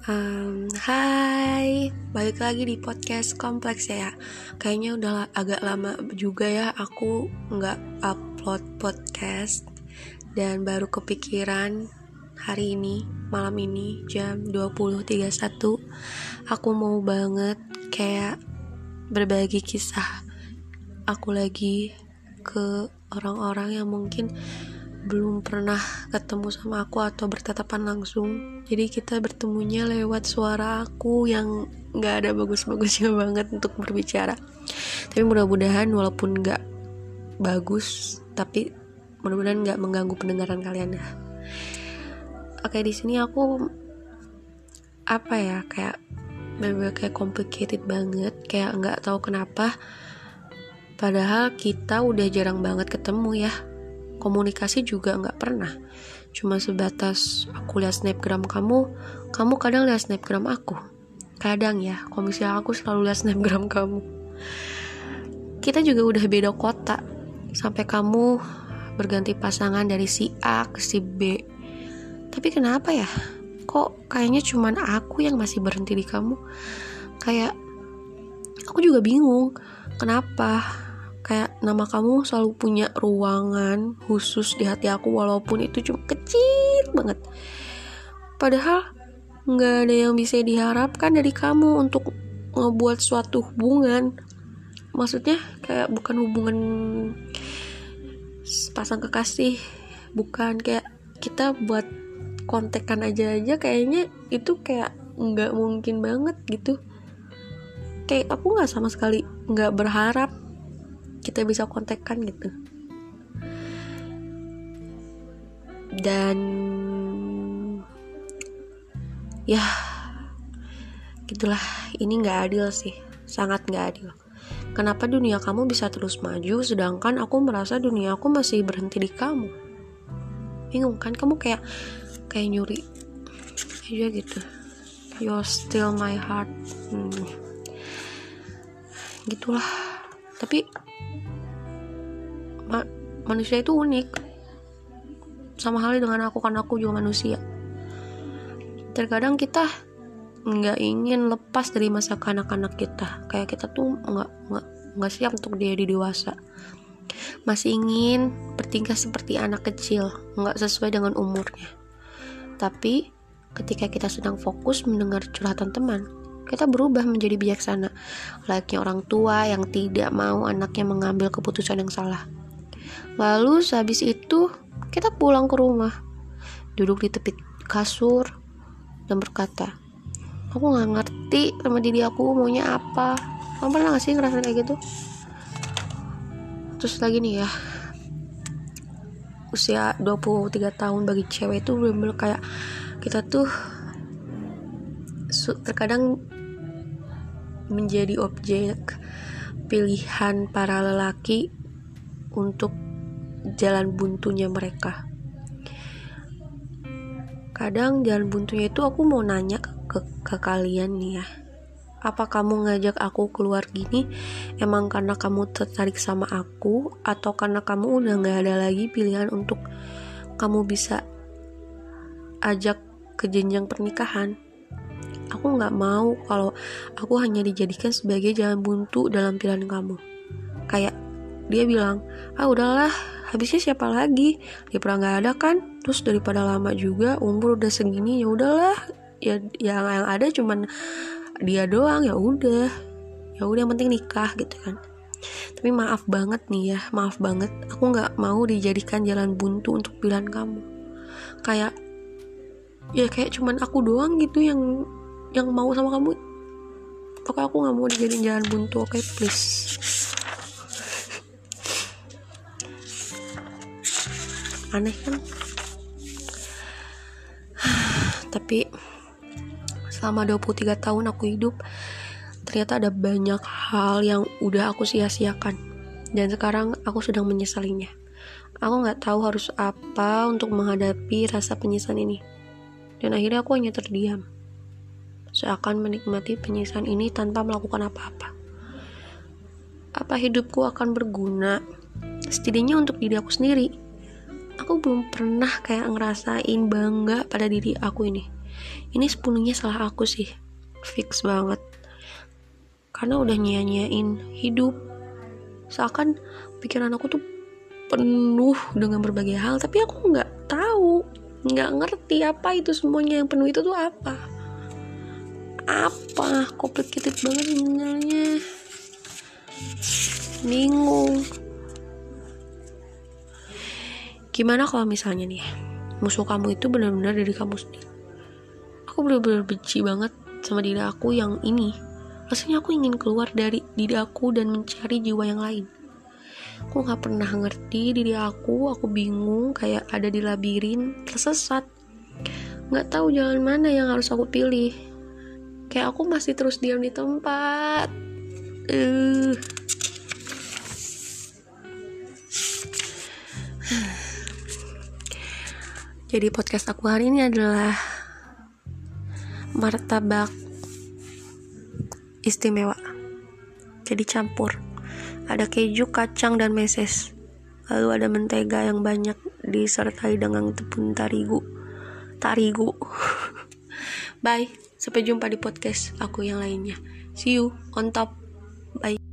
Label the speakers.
Speaker 1: Hai, balik lagi di podcast Kompleks ya. Kayaknya udah agak lama juga ya aku nggak upload podcast. Dan baru kepikiran hari ini, malam ini jam 20.31 aku mau banget kayak berbagi kisah aku lagi ke orang-orang yang mungkin belum pernah ketemu sama aku atau bertatapan langsung. Jadi kita bertemunya lewat suara aku yang gak ada bagus-bagusnya banget untuk berbicara. Tapi mudah-mudahan walaupun gak bagus, tapi mudah-mudahan gak mengganggu pendengaran kalian ya. Oke, di sini aku kayak bener-bener kayak complicated banget, kayak gak tahu kenapa. Padahal kita udah jarang banget ketemu ya. Komunikasi juga gak pernah. Cuma sebatas aku lihat snapgram kamu kadang lihat snapgram aku. Kadang ya, kalau misalnya aku selalu lihat snapgram kamu. Kita juga udah beda kota. Sampai kamu berganti pasangan dari si A ke si B. Tapi kenapa ya? Kok kayaknya cuman aku yang masih berhenti di kamu? Kayak aku juga bingung. Kenapa? Kayak nama kamu selalu punya ruangan khusus di hati aku, walaupun itu cuma kecil banget. Padahal gak ada yang bisa diharapkan dari kamu untuk ngebuat suatu hubungan. Maksudnya kayak bukan hubungan pasang kekasih, bukan kayak kita buat kontekan aja kayaknya itu kayak gak mungkin banget gitu. Kayak aku gak sama sekali gak berharap kita bisa kontekan gitu. Dan ya gitulah, ini gak adil sih, sangat gak adil. Kenapa dunia kamu bisa terus maju sedangkan aku merasa dunia aku masih berhenti di kamu? Bingung kan? Kamu kayak nyuri aja gitu. You're still my heart. Gitulah. Tapi manusia itu unik, sama halnya dengan aku, karena aku juga manusia. Terkadang kita nggak ingin lepas dari masa kanak-kanak kita, kayak kita tuh nggak siap untuk jadi dewasa, masih ingin bertingkah seperti anak kecil, nggak sesuai dengan umurnya. Tapi ketika kita sedang fokus mendengar curhatan teman, kita berubah menjadi bijaksana, layaknya orang tua yang tidak mau anaknya mengambil keputusan yang salah. Lalu sehabis itu kita pulang ke rumah, duduk di tepi kasur dan berkata, aku gak ngerti sama diri aku maunya apa. Kamu pernah gak sih ngerasain kayak gitu? Terus lagi nih ya, usia 23 tahun bagi cewek itu bener-bener kayak kita tuh terkadang menjadi objek pilihan para lelaki untuk jalan buntunya mereka. Kadang jalan buntunya itu aku mau nanya ke kalian nih ya, apa kamu ngajak aku keluar gini emang karena kamu tertarik sama aku, atau karena kamu udah gak ada lagi pilihan untuk kamu bisa ajak ke jenjang pernikahan? Aku gak mau kalau aku hanya dijadikan sebagai jalan buntu dalam pilihan kamu. Kayak dia bilang, udahlah, habisnya siapa lagi? Dia pernah nggak ada kan? Terus daripada lama juga, umur udah segini, ya udahlah, ya yang ada cuman dia doang, ya udah yang penting nikah gitu kan. Tapi maaf banget nih ya, aku nggak mau dijadikan jalan buntu untuk pilihan kamu. Kayak cuman aku doang gitu yang mau sama kamu. Pokoknya aku nggak mau dijadiin jalan buntu, oke, please. Aneh kan? Tapi selama 23 tahun aku hidup, ternyata ada banyak hal yang udah aku sia-siakan, dan sekarang aku sedang menyesalinya. Aku gak tahu harus apa untuk menghadapi rasa penyesalan ini, dan akhirnya aku hanya terdiam, seakan menikmati penyesalan ini tanpa melakukan apa-apa. Apa hidupku akan berguna? Setidaknya untuk diri aku sendiri. Aku belum pernah kayak ngerasain bangga pada diri aku ini. Ini sepenuhnya salah aku sih, fix banget. Karena udah nyia-nyiain hidup. Seakan pikiran aku tuh penuh dengan berbagai hal, tapi aku nggak tahu, nggak ngerti apa itu semuanya yang penuh itu tuh apa complicated banget sebenarnya, bingung. Gimana kalau misalnya nih musuh kamu itu benar-benar dari kamu sendiri? Aku benar-benar benci banget sama diri aku yang ini. Rasanya aku ingin keluar dari diri aku dan mencari jiwa yang lain. Aku gak pernah ngerti diri aku bingung, kayak ada di labirin, tersesat. Gak tahu jalan mana yang harus aku pilih. Kayak aku masih terus diam di tempat. Jadi podcast aku hari ini adalah martabak istimewa. Jadi campur. Ada keju, kacang, dan meses. Lalu ada mentega yang banyak disertai dengan tepung terigu. Bye. Sampai jumpa di podcast aku yang lainnya. See you on top. Bye.